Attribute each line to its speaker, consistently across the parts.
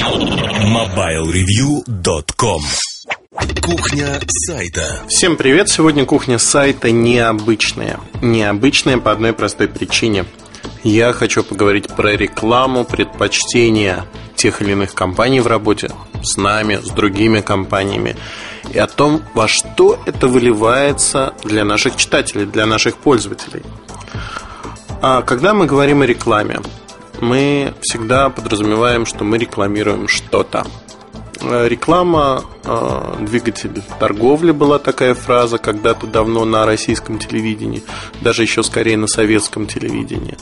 Speaker 1: MobileReview.com. Кухня сайта.
Speaker 2: Всем привет! Сегодня кухня сайта необычная. Необычная по одной простой причине. Я хочу поговорить про рекламу, предпочтения тех или иных компаний в работе с нами, с другими компаниями, и о том, во что это выливается для наших читателей, для наших пользователей. А когда мы говорим о рекламе, мы всегда подразумеваем, что мы рекламируем что-то. Реклама – двигатель торговли, была такая фраза когда-то давно на российском телевидении, даже еще скорее на советском телевидении.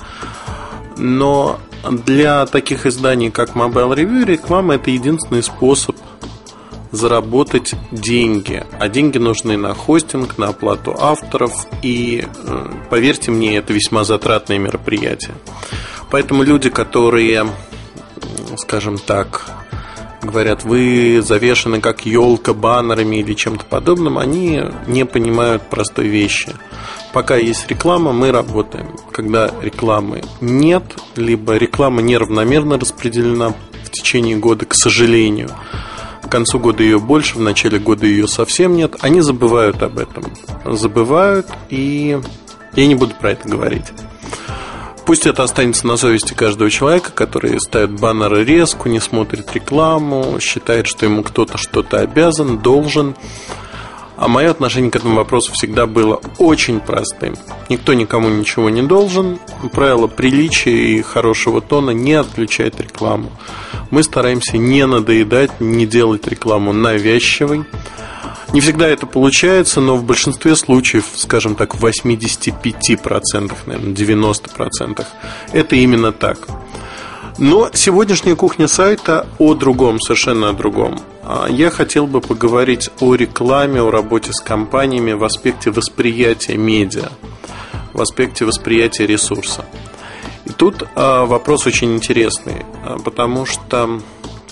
Speaker 2: Но для таких изданий, как Mobile Review, реклама – это единственный способ заработать деньги. А деньги нужны на хостинг, на оплату авторов. И, поверьте мне, это весьма затратное мероприятие. Поэтому люди, которые, скажем так, говорят, вы завешены как елка баннерами или чем-то подобным, они не понимают простой вещи. Пока есть реклама, мы работаем. Когда рекламы нет, либо реклама неравномерно распределена в течение года, к сожалению, к концу года ее больше, в начале года ее совсем нет, они забывают об этом. Забывают, и я не буду про это говорить. Пусть это останется на совести каждого человека, который ставит баннеры резко, не смотрит рекламу, считает, что ему кто-то что-то обязан, должен. А мое отношение к этому вопросу всегда было очень простым. Никто никому ничего не должен. Правило приличия и хорошего тона не отключает рекламу. Мы стараемся не надоедать, не делать рекламу навязчивой. Не всегда это получается, но в большинстве случаев, скажем так, в 85%, наверное, 90% это именно так. Но сегодняшняя кухня сайта о другом, совершенно о другом. Я хотел бы поговорить о рекламе, о работе с компаниями в аспекте восприятия медиа, в аспекте восприятия ресурса. И тут вопрос очень интересный, потому что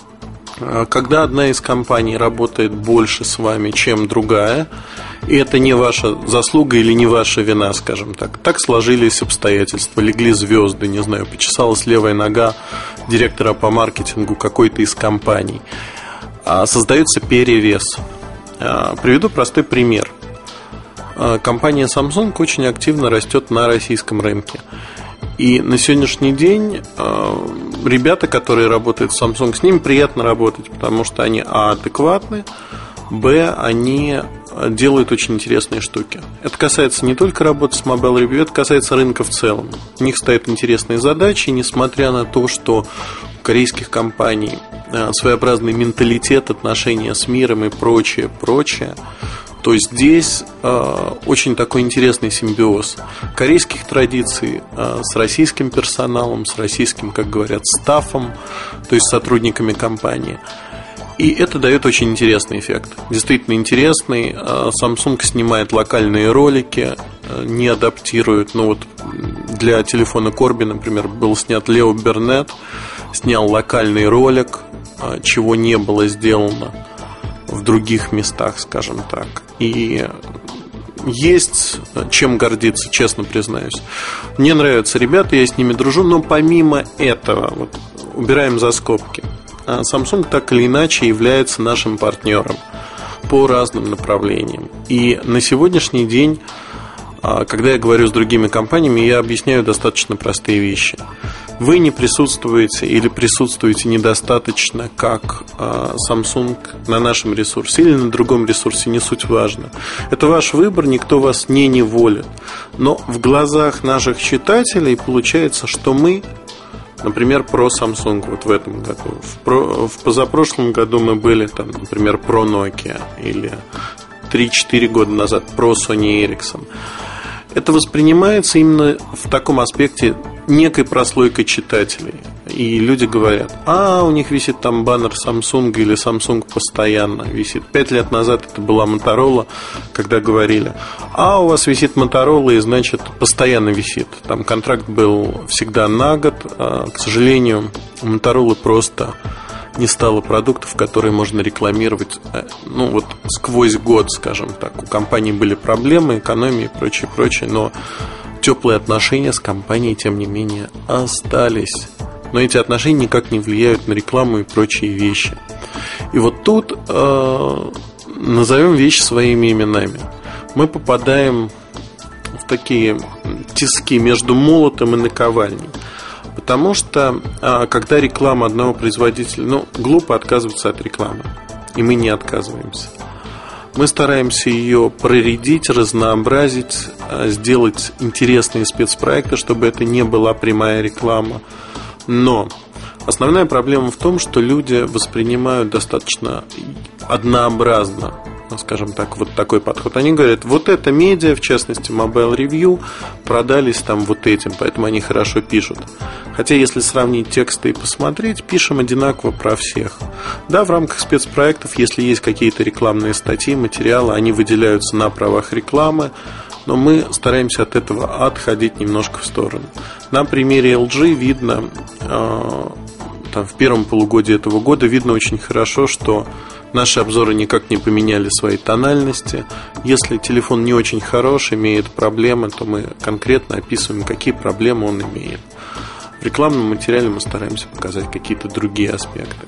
Speaker 2: когда одна из компаний работает больше с вами, чем другая, и это не ваша заслуга или не ваша вина, скажем так. Так сложились обстоятельства, легли звезды, не знаю, почесалась левая нога директора по маркетингу какой-то из компаний. Создается перевес. Приведу простой пример. Компания Samsung очень активно растет на российском рынке. И на сегодняшний день ребята, которые работают в Samsung, с ними приятно работать, потому что они адекватны, они делают очень интересные штуки. Это касается не только работы с Mobile Review, это касается рынка в целом. У них стоят интересные задачи, несмотря на то, что у корейских компаний своеобразный менталитет, отношения с миром и прочее, то здесь очень такой интересный симбиоз корейских традиций с российским персоналом, с российским, как говорят, стафом, то есть сотрудниками компании. И это дает очень интересный эффект. Действительно интересный. Samsung снимает локальные ролики, не адаптирует. Для телефона Corby, например, был снят Лео Бернет, снял локальный ролик, чего не было сделано в других местах, скажем так. И есть чем гордиться, честно признаюсь. Мне нравятся ребята, я с ними дружу. Но помимо этого, убираем за скобки, Samsung так или иначе является нашим партнером по разным направлениям. И на сегодняшний день, когда я говорю с другими компаниями, я объясняю достаточно простые вещи. Вы не присутствуете или присутствуете недостаточно, как Samsung, на нашем ресурсе или на другом ресурсе, не суть важно. Это ваш выбор, никто вас не неволит. Но в глазах наших читателей получается, что мы, например, про Samsung в этом году. В позапрошлом году мы были, например, про Nokia, или 3-4 года назад про Sony Ericsson. Это воспринимается именно в таком аспекте некой прослойкой читателей. И люди говорят: у них висит там баннер Samsung, или Samsung постоянно висит. 5 лет назад это была Motorola, когда говорили: у вас висит Motorola, и значит постоянно висит. Там контракт был всегда на год. К сожалению, у Motorola просто не стало продуктов, которые можно рекламировать сквозь год, скажем так. У компании были проблемы, экономии и прочее, но теплые отношения с компанией, тем не менее, остались. но эти отношения никак не влияют на рекламу и прочие вещи. И вот тут назовем вещи своими именами. Мы попадаем в такие тиски между молотом и наковальней. Потому что, когда реклама одного производителя, глупо отказываться от рекламы. И мы не отказываемся. Мы стараемся ее проредить, разнообразить, сделать интересные спецпроекты, чтобы это не была прямая реклама. Но основная проблема в том, что люди воспринимают достаточно однообразно, скажем так, вот такой подход. Они говорят, вот это медиа, в частности Mobile Review, продались там вот этим, поэтому они хорошо пишут. Хотя если сравнить тексты и посмотреть, пишем одинаково про всех. Да, в рамках спецпроектов, если есть какие-то рекламные статьи, материалы, они выделяются на правах рекламы, но мы стараемся от этого отходить немножко в сторону. На примере LG видно, там, в первом полугодии этого года видно очень хорошо, что наши обзоры никак не поменяли свои тональности. Если телефон не очень хорош, имеет проблемы, то мы конкретно описываем, какие проблемы он имеет. В рекламном материале мы стараемся показать какие-то другие аспекты.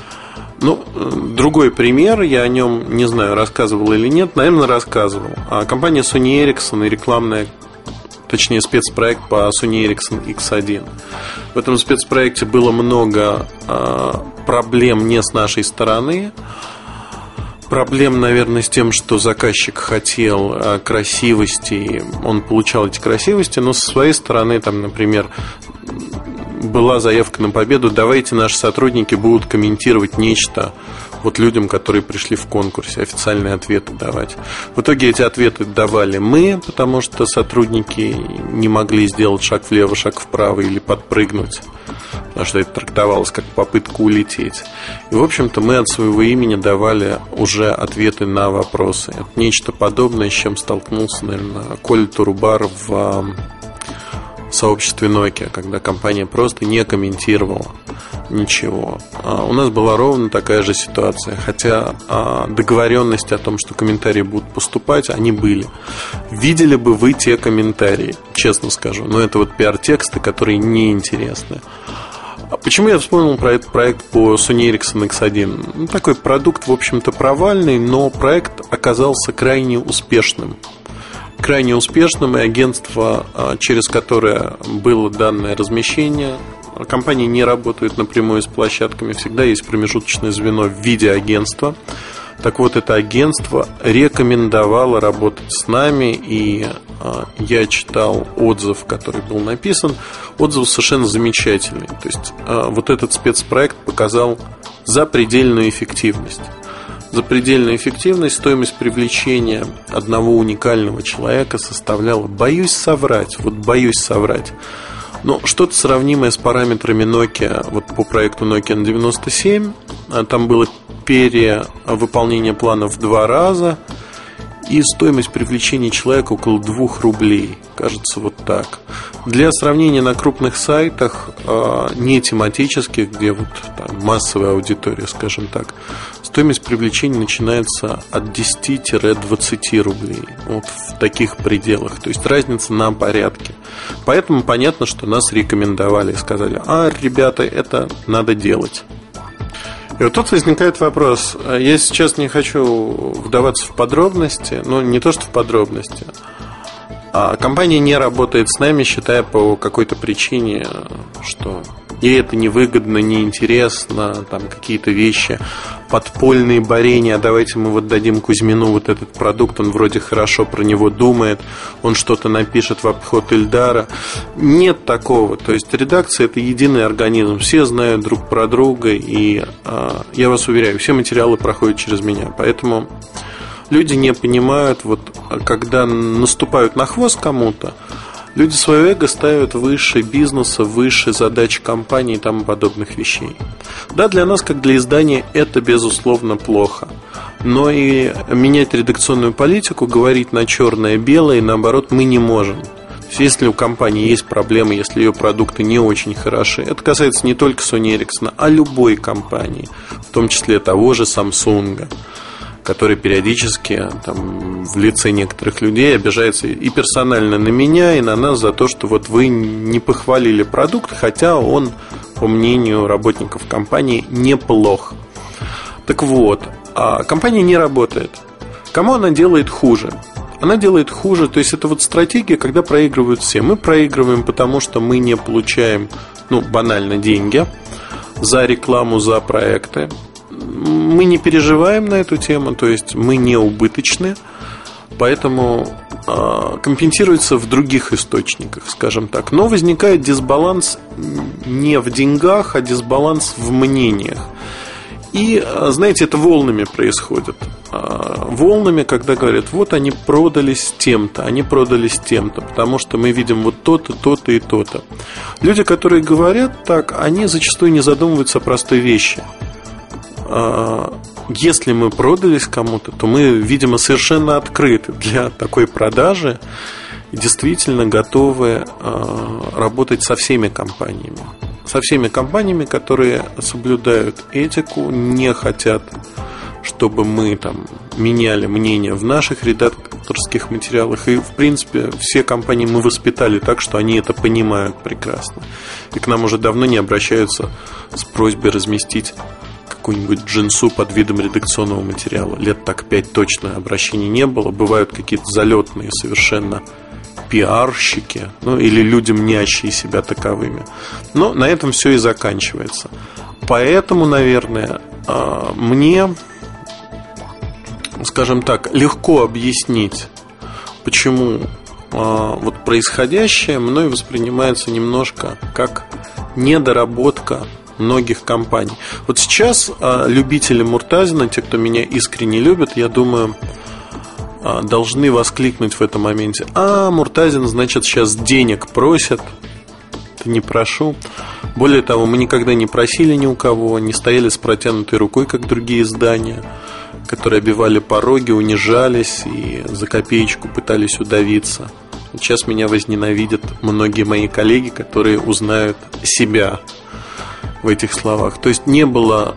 Speaker 2: Другой пример, я о нем не знаю, рассказывал или нет, наверное, рассказывал. Компания Sony Ericsson и рекламная, точнее спецпроект по Sony Ericsson X1. В этом спецпроекте было много проблем не с нашей стороны. Проблем, наверное, с тем, что заказчик хотел красивости, он получал эти красивости, но со своей стороны, там, например, была заявка на победу, давайте наши сотрудники будут комментировать нечто вот людям, которые пришли в конкурсе, официальные ответы давать. В итоге эти ответы давали мы, потому что сотрудники не могли сделать шаг влево, шаг вправо или подпрыгнуть, потому что это трактовалось как попытка улететь. И, в общем-то, мы от своего имени давали уже ответы на вопросы. Это нечто подобное, с чем столкнулся, наверное, Коля Турубар в сообществе Nokia, когда компания просто не комментировала ничего. У нас была ровно такая же ситуация, хотя договоренности о том, что комментарии будут поступать, они были. Видели бы вы те комментарии, честно скажу, но это вот пиар-тексты, которые неинтересны. Почему я вспомнил про этот проект по Sony Ericsson X1? Такой продукт, в общем-то, провальный, но проект оказался крайне успешным. И агентство, через которое было данное размещение, компании не работают напрямую с площадками, всегда есть промежуточное звено в виде агентства. Так вот, это агентство рекомендовало работать с нами, и я читал отзыв, который был написан. Отзыв совершенно замечательный. То есть вот этот спецпроект показал запредельную эффективность. Запредельная эффективность, стоимость привлечения одного уникального человека составляла, боюсь соврать, но что-то сравнимое с параметрами Nokia, вот по проекту Nokia N97. Там было перевыполнение плана в 2 раза, и стоимость привлечения человека около 2 рублей. Кажется, вот так. Для сравнения, на крупных сайтах, не тематических, где вот там массовая аудитория, скажем так, стоимость привлечения начинается от 10-20 рублей. Вот в таких пределах. То есть разница на порядке. Поэтому понятно, что нас рекомендовали и сказали: ребята, это надо делать. И вот тут возникает вопрос. Я сейчас не хочу вдаваться в подробности, не то что в подробности. Компания не работает с нами, считая по какой-то причине, что ей это невыгодно, неинтересно, там какие-то вещи, подпольные борения. Давайте мы вот дадим Кузьмину вот этот продукт, он вроде хорошо про него думает, он что-то напишет в обход Ильдара. Нет такого. То есть редакция — это единый организм, все знают друг про друга, и я вас уверяю, все материалы проходят через меня. Поэтому люди не понимают, вот когда наступают на хвост кому-то, люди свое эго ставят выше бизнеса, выше задач компании и тому подобных вещей. Да, для нас, как для издания, это безусловно плохо. Но и менять редакционную политику, говорить на черное-белое, и наоборот, мы не можем. То есть, если у компании есть проблемы, если ее продукты не очень хороши, это касается не только Sony Ericsson, а любой компании, в том числе того же Samsung, который периодически там, в лице некоторых людей обижается и персонально на меня, и на нас за то, что вот вы не похвалили продукт, хотя он по мнению работников компании, неплох. Так вот, компания не работает. Кому она делает хуже? Она делает хуже, то есть это вот стратегия, когда проигрывают все. Мы проигрываем, потому что мы не получаем, банально, деньги за рекламу, за проекты. Мы не переживаем на эту тему, то есть мы не убыточны, поэтому компенсируется в других источниках, скажем так. Но возникает дисбаланс не в деньгах, а дисбаланс в мнениях. И, знаете, это волнами происходит. Волнами, когда говорят, вот они продались тем-то, они продались тем-то, потому что мы видим вот то-то, то-то и то-то. Люди, которые говорят так, они зачастую не задумываются о простой вещи. Если мы продались кому-то, то мы, видимо, совершенно открыты для такой продажи и действительно готовы работать со всеми компаниями. Со всеми компаниями, которые соблюдают этику, не хотят, чтобы мы там меняли мнение в наших редакторских материалах. И, в принципе, все компании мы воспитали так, что они это понимают прекрасно. И к нам уже давно не обращаются с просьбой разместить какую-нибудь джинсу под видом редакционного материала. Лет так 5 точно обращений не было. Бывают какие-то залетные совершенно пиарщики, или люди, мнящие себя таковыми. Но на этом все и заканчивается. Поэтому, наверное, мне, скажем так, легко объяснить, почему вот происходящее мной воспринимается немножко как недоработка многих компаний. Вот сейчас любители Муртазина, те, кто меня искренне любит, я думаю, должны воскликнуть в этом моменте: Муртазин, значит, сейчас денег просят. Да не прошу. Более того, мы никогда не просили ни у кого, не стояли с протянутой рукой, как другие издания, которые обивали пороги, унижались и за копеечку пытались удавиться. Сейчас меня возненавидят многие мои коллеги, которые узнают себя в этих словах. То есть не было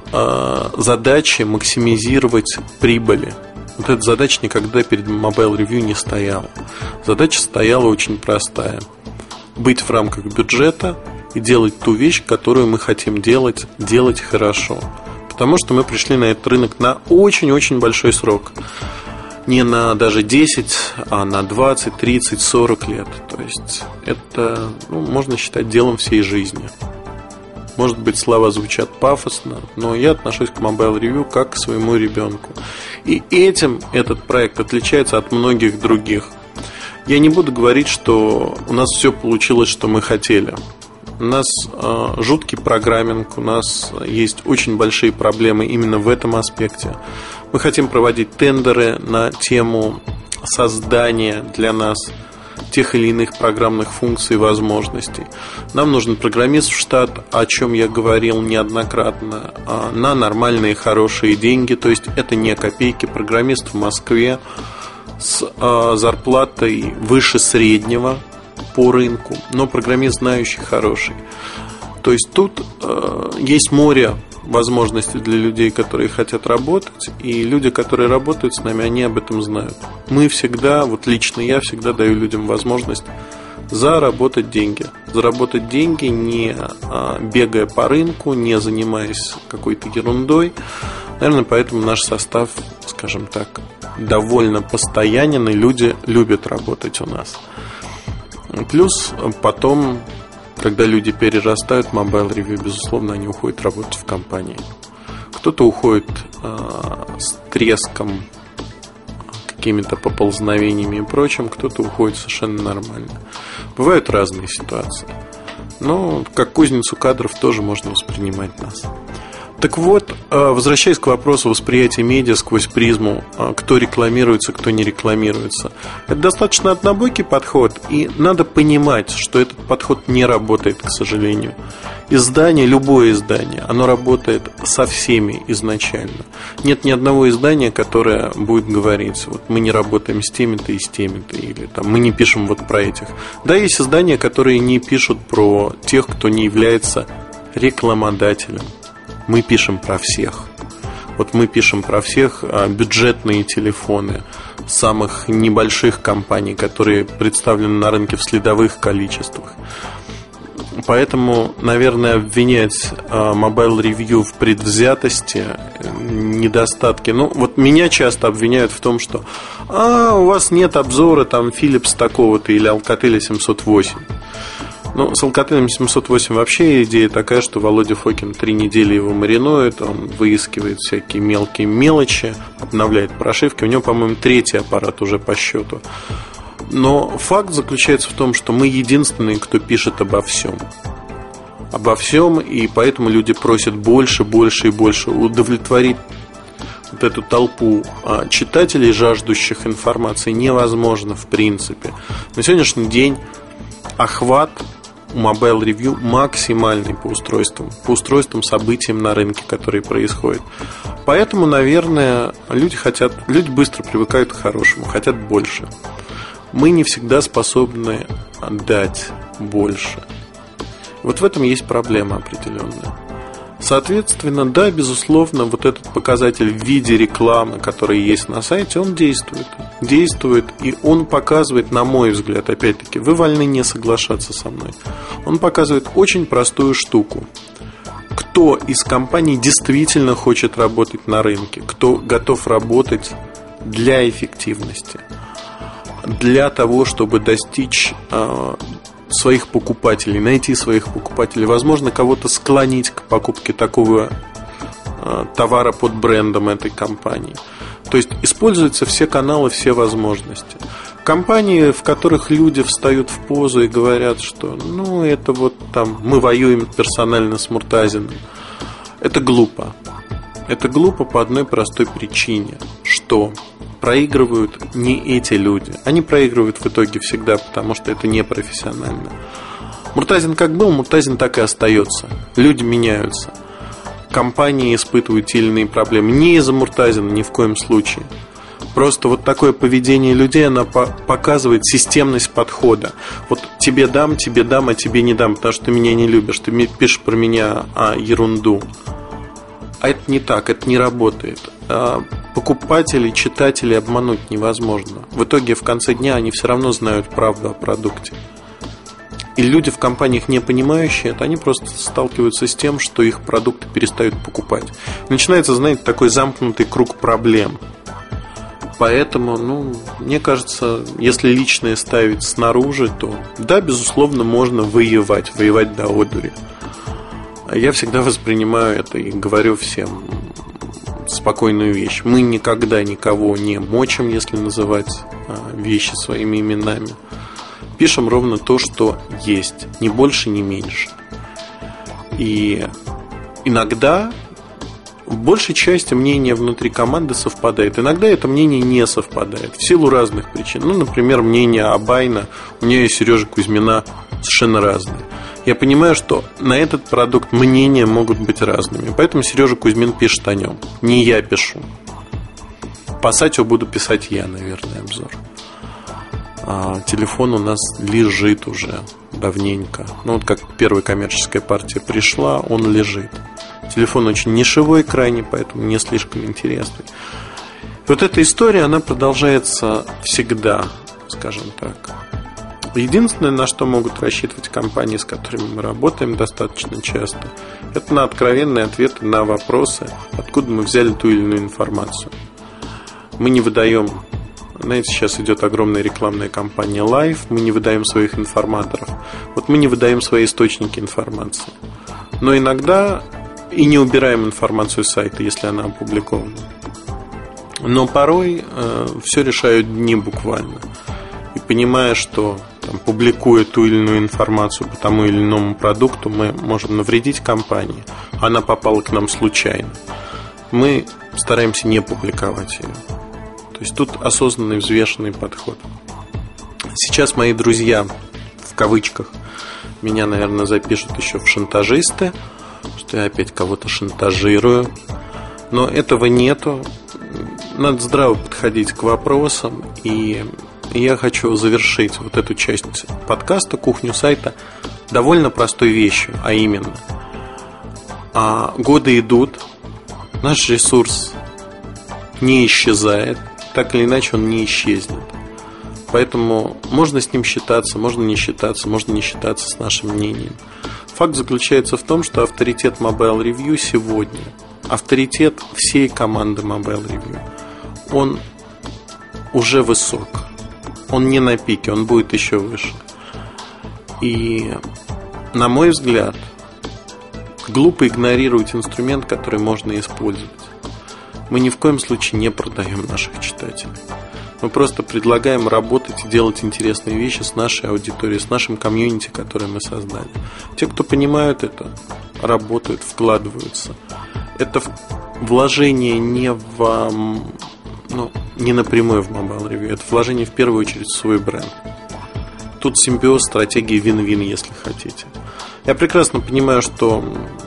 Speaker 2: задачи максимизировать прибыли. Вот эта задача никогда перед Mobile Review не стояла. Задача стояла очень простая: быть в рамках бюджета и делать ту вещь, которую мы хотим делать хорошо. Потому что мы пришли на этот рынок на очень-очень большой срок. Не на даже 10, а на 20, 30, 40 лет. То есть это можно считать делом всей жизни. Может быть, слова звучат пафосно, но я отношусь к Mobile Review как к своему ребенку. И этим этот проект отличается от многих других. Я не буду говорить, что у нас все получилось, что мы хотели. У нас жуткий программинг, у нас есть очень большие проблемы именно в этом аспекте. Мы хотим проводить тендеры на тему создания для нас тех или иных программных функций и возможностей. Нам нужен программист в штат, о чем я говорил неоднократно, на нормальные хорошие деньги. То есть это не копейки. Программист в Москве с зарплатой выше среднего по рынку, но программист знающий, хороший. То есть тут есть море возможностей для людей, которые хотят работать. И люди, которые работают с нами, они об этом знают. Мы всегда, вот лично я всегда даю людям возможность заработать деньги. Заработать деньги, не бегая по рынку, не занимаясь какой-то ерундой. Наверное, поэтому наш состав, скажем так, довольно постоянен, и люди любят работать у нас. Плюс потом, когда люди перерастают Mobile Review, безусловно, они уходят работать в компании. Кто-то уходит с треском, какими-то поползновениями и прочим, кто-то уходит совершенно нормально. Бывают разные ситуации. Но как кузницу кадров тоже можно воспринимать нас. Так вот, возвращаясь к вопросу восприятия медиа сквозь призму, кто рекламируется, кто не рекламируется. Это достаточно однобокий подход, и надо понимать, что этот подход не работает, к сожалению. Издание, любое издание, оно работает со всеми изначально. Нет ни одного издания, которое будет говорить: вот мы не работаем с теми-то и с теми-то, или там, мы не пишем вот про этих. Да, есть издания, которые не пишут про тех, кто не является рекламодателем. Мы пишем про всех. Вот мы пишем про всех бюджетные телефоны самых небольших компаний, которые представлены на рынке в следовых количествах. Поэтому, наверное, обвинять Mobile Review в предвзятости, недостатке. Ну, вот меня часто обвиняют в том, что у вас нет обзора там Philips такого-то или Alcatel 708. Ну, с Alcatel 708 вообще идея такая, что Володя Фокин 3 недели его маринует, он выискивает всякие мелкие мелочи, обновляет прошивки. У него, по-моему, 3-й аппарат уже по счету. Но факт заключается в том, что мы единственные, кто пишет обо всем. Обо всем, и поэтому люди просят больше, больше и больше. Удовлетворить вот эту толпу читателей, жаждущих информации, невозможно в принципе. На сегодняшний день охват у Mobile Review максимальный по устройствам, событиям на рынке, которые происходят. Поэтому, наверное, люди быстро привыкают к хорошему, хотят больше. Мы не всегда способны дать больше. Вот в этом есть проблема определенная. Соответственно, да, безусловно, вот этот показатель в виде рекламы, который есть на сайте, он действует. Действует, и он показывает, на мой взгляд, опять-таки, вы вольны не соглашаться со мной, он показывает очень простую штуку. Кто из компаний действительно хочет работать на рынке, кто готов работать для эффективности, для того, чтобы достичь своих покупателей, найти своих покупателей, возможно, кого-то склонить к покупке такого товара под брендом этой компании. То есть используются все каналы, все возможности. Компании, в которых люди встают в позу и говорят, что это вот там мы воюем персонально с Муртазиным, это глупо. Это глупо по одной простой причине, что проигрывают не эти люди. Они проигрывают в итоге всегда, потому что это непрофессионально. Муртазин как был, Муртазин так и остается. Люди меняются. Компании испытывают те или иные проблемы. Не из-за Муртазина, ни в коем случае. Просто вот такое поведение людей, оно показывает системность подхода. Вот тебе дам, а тебе не дам, потому что ты меня не любишь. Ты пишешь про меня ерунду. А это не так, это не работает. Покупателей, читателей обмануть невозможно. В итоге, в конце дня, они все равно знают правду о продукте. И люди в компаниях, не понимающие это, они просто сталкиваются с тем, что их продукты перестают покупать. Начинается, знаете, такой замкнутый круг проблем. Поэтому, мне кажется, если личное ставить снаружи, то да, безусловно, можно воевать до одури. Я всегда воспринимаю это и говорю всем спокойную вещь. Мы никогда никого не мочим, если называть вещи своими именами. Пишем ровно то, что есть, ни больше, ни меньше. И иногда в большей части мнение внутри команды совпадает. Иногда это мнение не совпадает в силу разных причин. Например, мнение Абайна у меня и Сережи Кузьмина совершенно разные. Я понимаю, что на этот продукт мнения могут быть разными. Поэтому Сережа Кузьмин пишет о нем. Не я пишу. По Сатио буду писать я, наверное, обзор. Телефон у нас лежит уже давненько. Вот как первая коммерческая партия пришла, он лежит. Телефон очень нишевой крайне, поэтому не слишком интересный. Вот эта история, она продолжается всегда, скажем так. Единственное, на что могут рассчитывать компании, с которыми мы работаем достаточно часто, это на откровенные ответы на вопросы, откуда мы взяли ту или иную информацию. Мы не выдаем, знаете, сейчас идет огромная рекламная кампания Live, мы не выдаем своих информаторов. Вот мы не выдаем свои источники информации. Но иногда и не убираем информацию с сайта, если она опубликована. Но порой все решают дни буквально. И понимая, что публикуя ту или иную информацию по тому или иному продукту, мы можем навредить компании. Она попала к нам случайно. Мы стараемся не публиковать ее. То есть тут осознанный, взвешенный подход. Сейчас мои друзья, в кавычках, меня, наверное, запишут еще в шантажисты, что я опять кого-то шантажирую. Но этого нету. Надо здраво подходить к вопросам. И я хочу завершить вот эту часть подкаста «Кухню сайта» довольно простой вещью, а именно: годы идут, наш ресурс не исчезает, так или иначе он не исчезнет. Поэтому можно с ним считаться, можно не считаться, можно не считаться с нашим мнением. Факт заключается в том, что авторитет Mobile Review сегодня, авторитет всей команды Mobile Review, он уже высок. Он не на пике, он будет еще выше. И, на мой взгляд, глупо игнорировать инструмент, который можно использовать. Мы ни в коем случае не продаем наших читателей. Мы просто предлагаем работать и делать интересные вещи с нашей аудиторией, с нашим комьюнити, которое мы создали. Те, кто понимают это, работают, вкладываются. Это вложение не напрямую в Mobile Review. Это вложение в первую очередь в свой бренд. Тут симбиоз стратегии вин-вин, если хотите. Я прекрасно понимаю, что,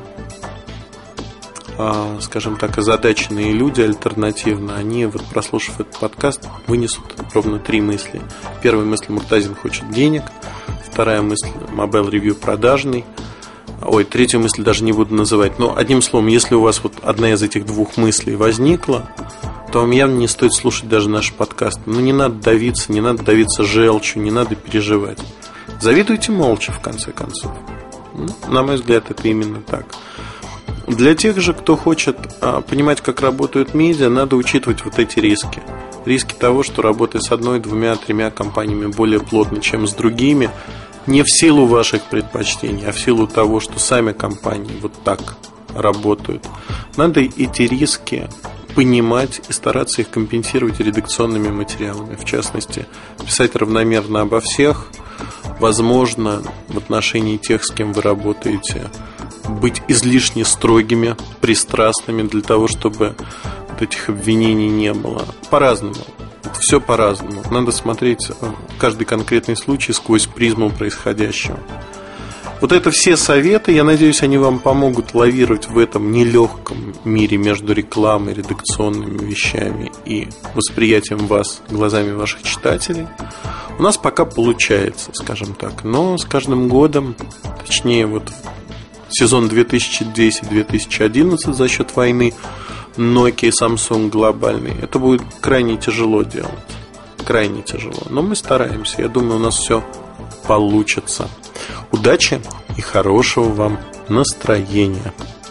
Speaker 2: скажем так, озадаченные люди альтернативно, они, вот прослушав этот подкаст, вынесут ровно 3 мысли. Первая мысль: Муртазин хочет денег. Вторая мысль: Mobile Review продажный. Третью мысль даже не буду называть. Но одним словом, если у вас вот одна из этих 2 мыслей возникла, то вам явно не стоит слушать даже наш подкаст. Не надо давиться желчью, не надо переживать. Завидуйте молча, в конце концов. На мой взгляд, это именно так. Для тех же, кто хочет понимать, как работают медиа, надо учитывать вот эти риски. Риски того, что работая с 1, 2, 3 компаниями более плотно, чем с другими, не в силу ваших предпочтений, а в силу того, что сами компании вот так работают. Надо эти риски понимать и стараться их компенсировать редакционными материалами. В частности, писать равномерно обо всех. Возможно, в отношении тех, с кем вы работаете, быть излишне строгими, пристрастными, для того, чтобы вот этих обвинений не было. По-разному. Все по-разному. Надо смотреть каждый конкретный случай сквозь призму происходящего. Вот это все советы, я надеюсь, они вам помогут лавировать в этом нелегком мире между рекламой, редакционными вещами и восприятием вас глазами ваших читателей. У нас пока получается, скажем так. Но с каждым годом, точнее вот сезон 2010-2011 за счет войны Nokia и Samsung глобальный, это будет крайне тяжело делать. Крайне тяжело. Но мы стараемся. Я думаю, у нас все получится. Удачи и хорошего вам настроения.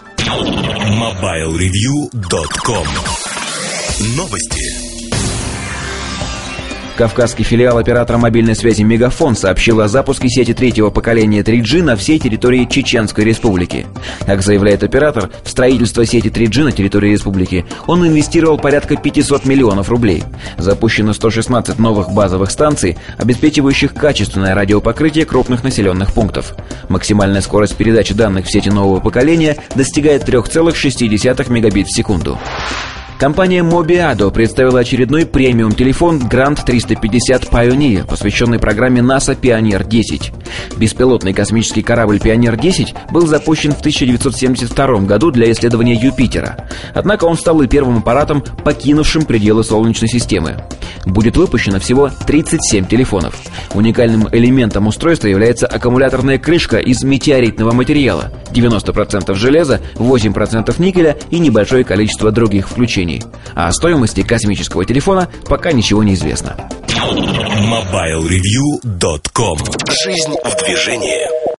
Speaker 1: MobileReview.com. Новости.
Speaker 3: Кавказский филиал оператора мобильной связи «Мегафон» сообщил о запуске сети 3-го поколения 3G на всей территории Чеченской Республики. Как заявляет оператор, в строительство сети 3G на территории республики он инвестировал порядка 500 миллионов рублей. Запущено 116 новых базовых станций, обеспечивающих качественное радиопокрытие крупных населенных пунктов. Максимальная скорость передачи данных в сети нового поколения достигает 3,6 мегабит в секунду. Компания Mobiado представила очередной премиум-телефон Grand 350 Pioneer, посвященный программе НАСА «Пионер-10». Беспилотный космический корабль «Пионер-10» был запущен в 1972 году для исследования Юпитера. Однако он стал и первым аппаратом, покинувшим пределы Солнечной системы. Будет выпущено всего 37 телефонов. Уникальным элементом устройства является аккумуляторная крышка из метеоритного материала, 90% железа, 8% никеля и небольшое количество других включений. А о стоимости космического телефона пока ничего не известно.
Speaker 1: MobileReview.com. Жизнь в движении.